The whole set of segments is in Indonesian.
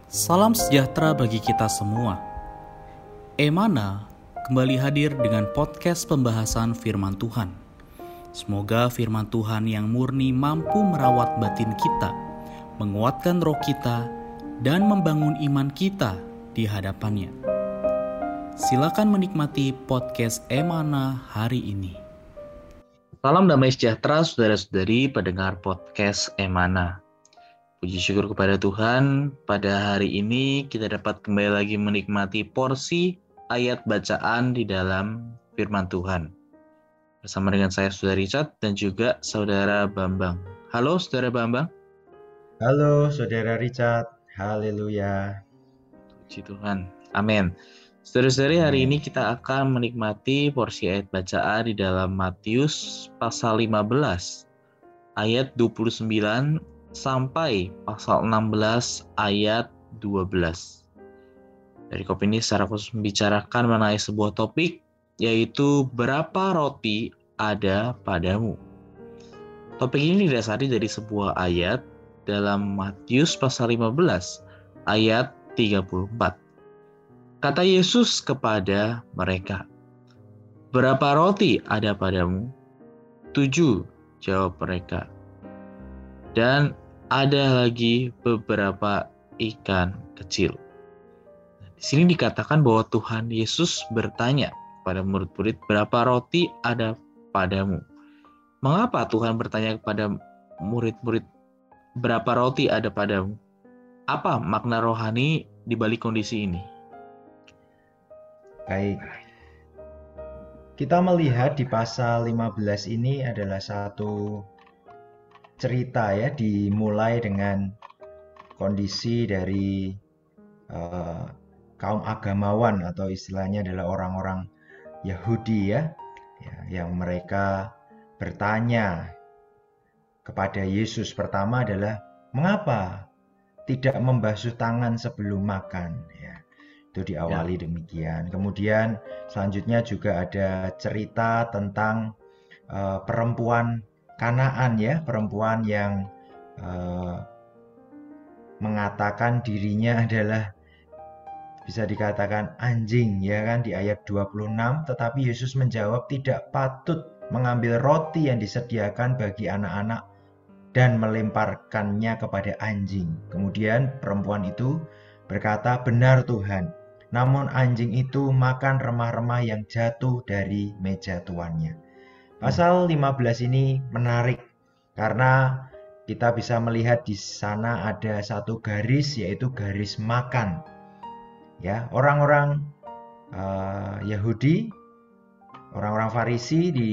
Salam sejahtera bagi kita semua. Emana kembali hadir dengan podcast pembahasan firman Tuhan. Semoga firman Tuhan yang murni mampu merawat batin kita, menguatkan roh kita, dan membangun iman kita di hadapannya. Silakan menikmati podcast Emana hari ini. Salam damai sejahtera saudara-saudari pendengar podcast Emana. Puji syukur kepada Tuhan, pada hari ini kita dapat kembali lagi menikmati porsi ayat bacaan di dalam firman Tuhan. Bersama dengan saya Saudara Richard dan juga Saudara Bambang. Halo Saudara Bambang. Halo Saudara Richard, haleluya. Puji Tuhan, amin. Saudara-saudari, hari ini kita akan menikmati porsi ayat bacaan di dalam Matius pasal 15 ayat 29 sampai pasal 16 ayat 12. Perikop ini secara khusus membicarakan mengenai sebuah topik, yaitu berapa roti ada padamu. Topik ini didasari dari sebuah ayat dalam Matius pasal 15 ayat 34. Kata Yesus kepada mereka, "Berapa roti ada padamu?" "7," jawab mereka. "Dan ada lagi beberapa ikan kecil." Di sini dikatakan bahwa Tuhan Yesus bertanya kepada murid-murid, "Berapa roti ada padamu?" Mengapa Tuhan bertanya kepada murid-murid, "Berapa roti ada padamu?" Apa makna rohani di balik kondisi ini? Baik, kita melihat di pasal 15 ini adalah satu cerita ya, dimulai dengan kondisi dari kaum agamawan atau istilahnya adalah orang-orang Yahudi ya, yang mereka bertanya kepada Yesus. Pertama adalah, mengapa tidak membasuh tangan sebelum makan ya. Itu diawali demikian. Kemudian selanjutnya juga ada cerita tentang perempuan Kanaan ya, perempuan yang mengatakan dirinya adalah bisa dikatakan anjing ya kan, di ayat 26. Tetapi Yesus menjawab, tidak patut mengambil roti yang disediakan bagi anak-anak dan melemparkannya kepada anjing. Kemudian perempuan itu berkata, benar Tuhan, namun anjing itu makan remah-remah yang jatuh dari meja tuannya. Pasal 15 ini menarik karena kita bisa melihat di sana ada satu garis, yaitu garis makan. Ya, orang-orang Yahudi, orang-orang Farisi di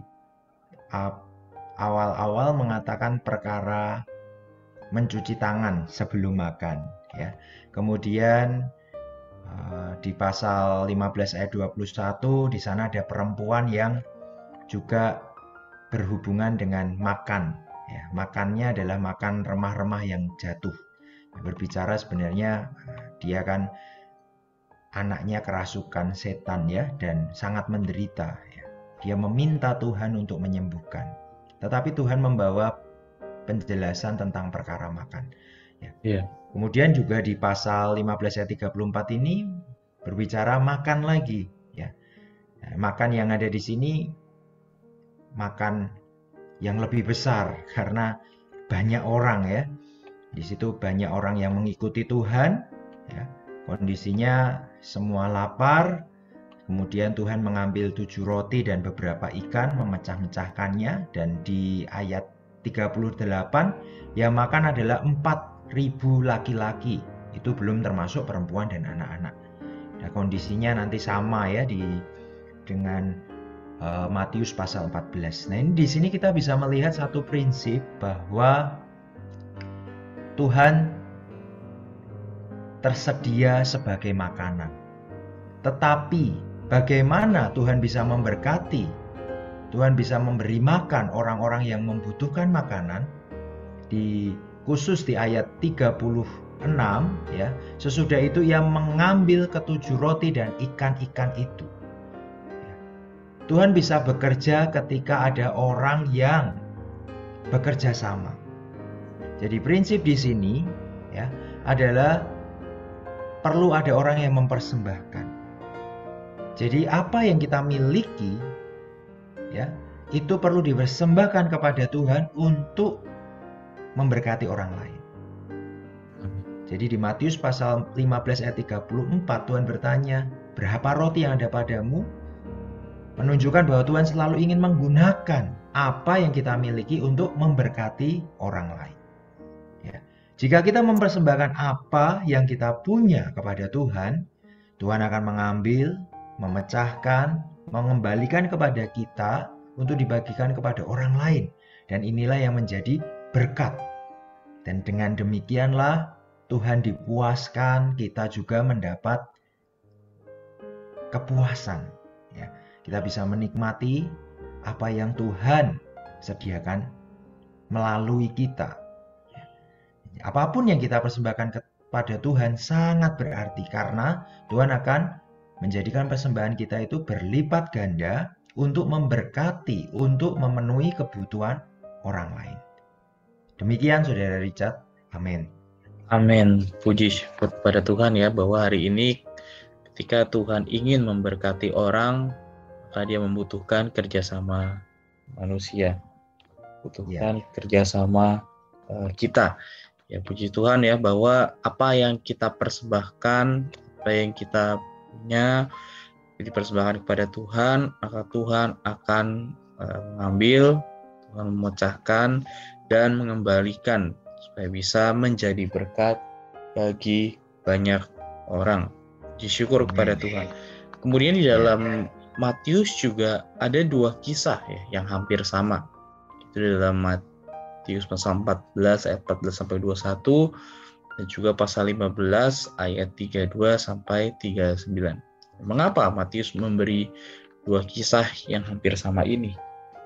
awal-awal mengatakan perkara mencuci tangan sebelum makan. Ya, kemudian di pasal 15 ayat 21 di sana ada perempuan yang juga berhubungan dengan makan. Ya, makannya adalah makan remah-remah yang jatuh. Berbicara sebenarnya dia kan anaknya kerasukan setan ya, dan sangat menderita. Ya. Dia meminta Tuhan untuk menyembuhkan. Tetapi Tuhan membawa penjelasan tentang perkara makan. Ya. Yeah. Kemudian juga di pasal 15 ayat 34 ini berbicara makan lagi. Ya. Nah, makan yang ada di sini makan yang lebih besar karena banyak orang ya. Di situ banyak orang yang mengikuti Tuhan. Ya. Kondisinya semua lapar. Kemudian Tuhan mengambil 7 roti dan beberapa ikan, memecah-mecahkannya, dan di ayat 38 yang makan adalah 4.000 laki-laki. Itu belum termasuk perempuan dan anak-anak. Nah, kondisinya nanti sama ya dengan Matius pasal 14. Nah, di sini kita bisa melihat satu prinsip bahwa Tuhan tersedia sebagai makanan. Tetapi bagaimana Tuhan bisa memberkati, Tuhan bisa memberi makan orang-orang yang membutuhkan makanan, khusus di ayat 36 ya, sesudah itu ia mengambil ke-7 roti dan ikan-ikan itu. Tuhan bisa bekerja ketika ada orang yang bekerja sama. Jadi prinsip di sini ya adalah perlu ada orang yang mempersembahkan. Jadi apa yang kita miliki, ya, itu perlu dipersembahkan kepada Tuhan untuk memberkati orang lain. Jadi di Matius pasal 15 ayat 34 Tuhan bertanya, berapa roti yang ada padamu? Menunjukkan bahwa Tuhan selalu ingin menggunakan apa yang kita miliki untuk memberkati orang lain. Ya. Jika kita mempersembahkan apa yang kita punya kepada Tuhan, Tuhan akan mengambil, memecahkan, mengembalikan kepada kita untuk dibagikan kepada orang lain. Dan inilah yang menjadi berkat. Dan dengan demikianlah Tuhan dipuaskan, kita juga mendapat kepuasan. Ya. Kita bisa menikmati apa yang Tuhan sediakan melalui kita. Apapun yang kita persembahkan kepada Tuhan sangat berarti karena Tuhan akan menjadikan persembahan kita itu berlipat ganda untuk memberkati, untuk memenuhi kebutuhan orang lain. Demikian Saudara Richard. Amin. Amin. Puji kepada Tuhan ya, bahwa hari ini ketika Tuhan ingin memberkati orang, maka Dia membutuhkan kerjasama manusia, membutuhkan kerjasama kita. Ya, puji Tuhan ya, bahwa apa yang kita persembahkan, apa yang kita punya dipersembahkan kepada Tuhan, maka Tuhan akan mengambil, Tuhan memecahkan dan mengembalikan supaya bisa menjadi berkat bagi banyak orang. Puji syukur kepada Tuhan. Kemudian di dalam Matius juga ada dua kisah ya yang hampir sama. Itu dalam Matius pasal 14 ayat 14 sampai 21 dan juga pasal 15 ayat 32 sampai 39. Mengapa Matius memberi dua kisah yang hampir sama ini?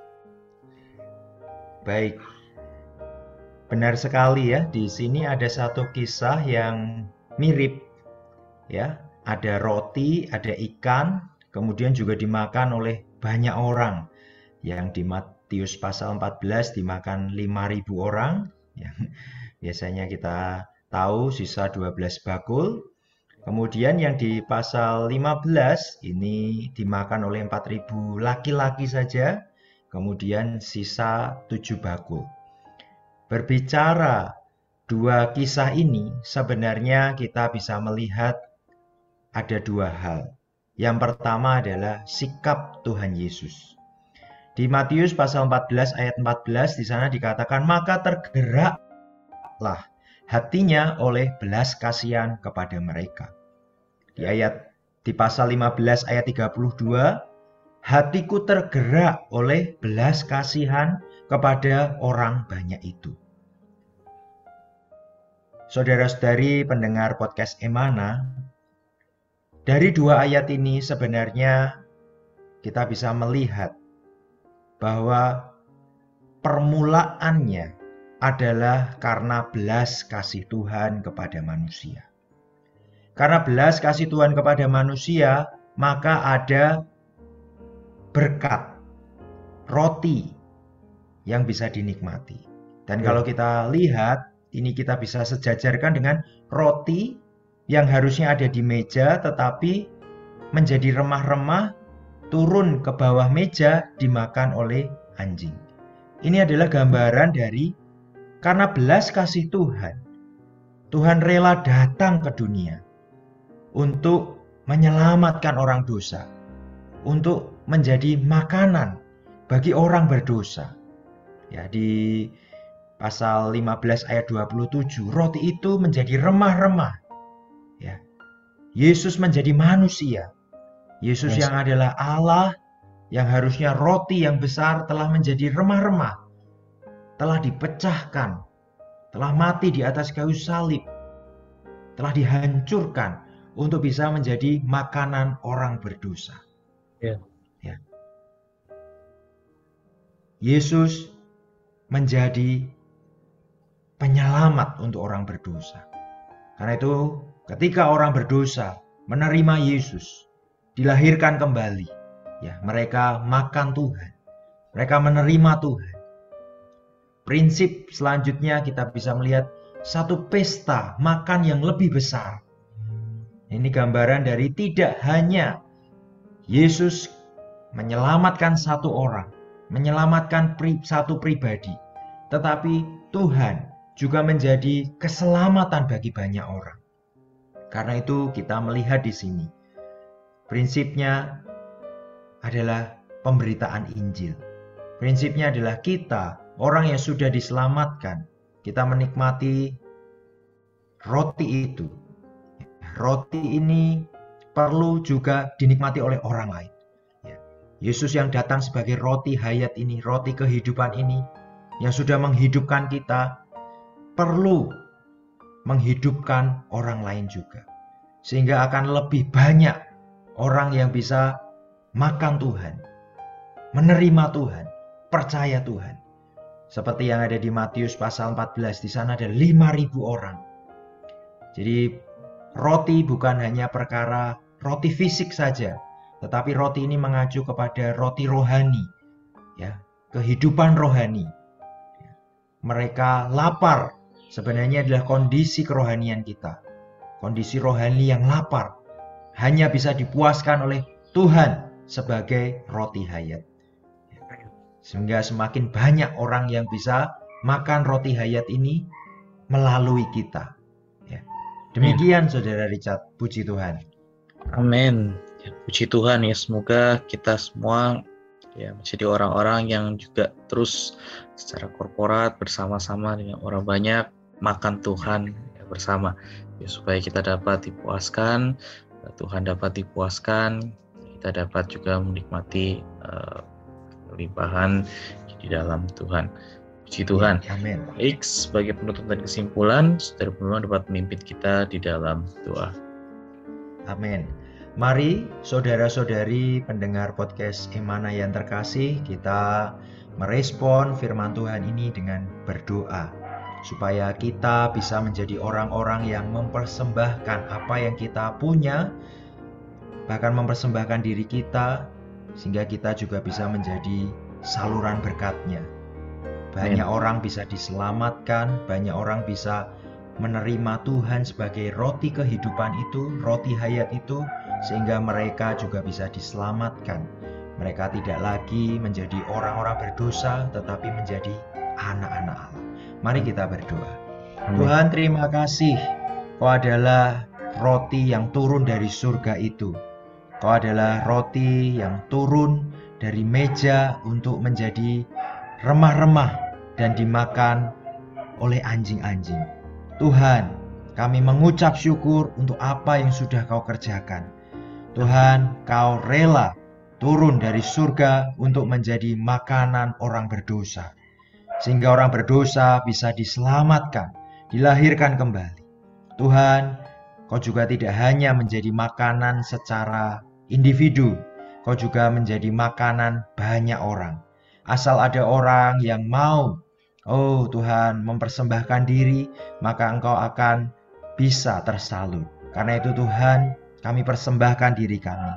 Baik. Benar sekali ya, di sini ada satu kisah yang mirip ya. Ada roti, ada ikan, kemudian juga dimakan oleh banyak orang. Yang di Matius pasal 14 dimakan 5.000 orang. Ya. Biasanya kita tahu sisa 12 bakul. Kemudian yang di pasal 15 ini dimakan oleh 4.000 laki-laki saja. Kemudian sisa 7 bakul. Berbicara dua kisah ini, sebenarnya kita bisa melihat ada dua hal. Yang pertama adalah sikap Tuhan Yesus. Di Matius pasal 14 ayat 14 di sana dikatakan, maka tergeraklah hatinya oleh belas kasihan kepada mereka. Di pasal 15 ayat 32, hatiku tergerak oleh belas kasihan kepada orang banyak itu. Saudara-saudari pendengar podcast Emana, dari dua ayat ini sebenarnya kita bisa melihat bahwa permulaannya adalah karena belas kasih Tuhan kepada manusia. Karena belas kasih Tuhan kepada manusia, maka ada berkat, roti yang bisa dinikmati. Dan kalau kita lihat, ini kita bisa sejajarkan dengan roti yang harusnya ada di meja tetapi menjadi remah-remah, turun ke bawah meja, dimakan oleh anjing. Ini adalah gambaran dari karena belas kasih Tuhan. Tuhan rela datang ke dunia untuk menyelamatkan orang dosa, untuk menjadi makanan bagi orang berdosa. Ya, di pasal 15 ayat 27, roti itu menjadi remah-remah. Ya. Yesus menjadi manusia. Yesus yang adalah Allah, yang harusnya roti yang besar telah menjadi remah-remah. Telah dipecahkan, telah mati di atas kayu salib, telah dihancurkan untuk bisa menjadi makanan orang berdosa. Ya. Ya. Yesus menjadi penyelamat untuk orang berdosa. Karena itu ketika orang berdosa menerima Yesus, dilahirkan kembali, ya, mereka makan Tuhan. Mereka menerima Tuhan. Prinsip selanjutnya kita bisa melihat satu pesta makan yang lebih besar. Ini gambaran dari tidak hanya Yesus menyelamatkan satu orang, menyelamatkan satu pribadi, tetapi Tuhan juga menjadi keselamatan bagi banyak orang. Karena itu kita melihat di sini, prinsipnya adalah pemberitaan Injil. Prinsipnya adalah kita, orang yang sudah diselamatkan, kita menikmati roti itu. Roti ini perlu juga dinikmati oleh orang lain. Yesus yang datang sebagai roti hayat ini, roti kehidupan ini, yang sudah menghidupkan kita, perlu menghidupkan orang lain juga. Sehingga akan lebih banyak orang yang bisa makan Tuhan, menerima Tuhan, percaya Tuhan. Seperti yang ada di Matius pasal 14, di sana ada 5.000 orang. Jadi roti bukan hanya perkara roti fisik saja, tetapi roti ini mengacu kepada roti rohani, ya, kehidupan rohani. Mereka lapar, sebenarnya adalah kondisi kerohanian kita. Kondisi rohani yang lapar hanya bisa dipuaskan oleh Tuhan sebagai roti hayat. Sehingga semakin banyak orang yang bisa makan roti hayat ini melalui kita. Demikian Saudara Richard, puji Tuhan. Amin. Ya, puji Tuhan ya, semoga kita semua ya menjadi orang-orang yang juga terus secara korporat bersama-sama dengan orang banyak makan Tuhan ya, bersama ya, supaya kita dapat dipuaskan, Tuhan dapat dipuaskan, kita dapat juga menikmati kelimpahan di dalam Tuhan. Puji Tuhan. Amin. Baik, sebagai penutup dan kesimpulan, Saudara Bima dapat memimpin kita di dalam doa. Amin. Mari saudara-saudari pendengar podcast Emana yang terkasih, kita merespon firman Tuhan ini dengan berdoa. Supaya kita bisa menjadi orang-orang yang mempersembahkan apa yang kita punya, bahkan mempersembahkan diri kita, sehingga kita juga bisa menjadi saluran berkat-Nya. Banyak orang bisa diselamatkan, banyak orang bisa menerima Tuhan sebagai roti kehidupan itu, roti hayat itu, sehingga mereka juga bisa diselamatkan. Mereka tidak lagi menjadi orang-orang berdosa, tetapi menjadi anak-anak Allah. Mari kita berdoa. Tuhan, terima kasih. Kau adalah roti yang turun dari surga itu. Kau adalah roti yang turun dari meja untuk menjadi remah-remah dan dimakan oleh anjing-anjing. Tuhan, kami mengucap syukur untuk apa yang sudah Kau kerjakan. Tuhan, Kau rela turun dari surga untuk menjadi makanan orang berdosa, sehingga orang berdosa bisa diselamatkan, dilahirkan kembali. Tuhan, Kau juga tidak hanya menjadi makanan secara individu, Kau juga menjadi makanan banyak orang. Asal ada orang yang mau, oh Tuhan, mempersembahkan diri, maka Engkau akan bisa tersalur. Karena itu Tuhan, kami persembahkan diri kami.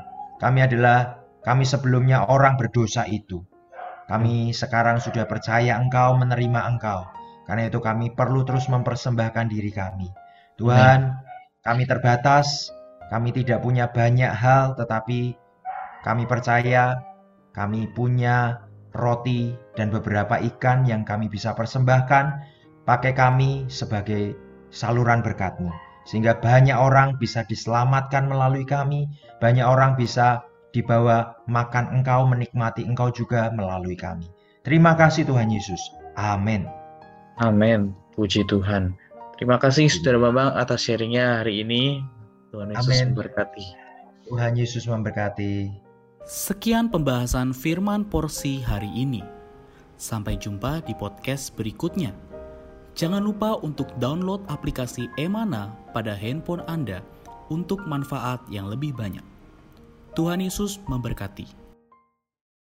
Kami sebelumnya orang berdosa itu. Kami sekarang sudah percaya Engkau, menerima Engkau. Karena itu kami perlu terus mempersembahkan diri kami. Tuhan, kami terbatas, kami tidak punya banyak hal, tetapi kami percaya kami punya roti dan beberapa ikan yang kami bisa persembahkan. Pakai kami sebagai saluran berkat-Mu, sehingga banyak orang bisa diselamatkan melalui kami. Banyak orang bisa dibawa makan Engkau, menikmati Engkau juga melalui kami. Terima kasih Tuhan Yesus. Amin. Amin. Puji Tuhan. Terima kasih Saudara Bambang atas sharingnya hari ini. Tuhan Yesus memberkati. Tuhan Yesus memberkati. Sekian pembahasan firman porsi hari ini. Sampai jumpa di podcast berikutnya. Jangan lupa untuk download aplikasi Emana pada handphone Anda untuk manfaat yang lebih banyak. Tuhan Yesus memberkati.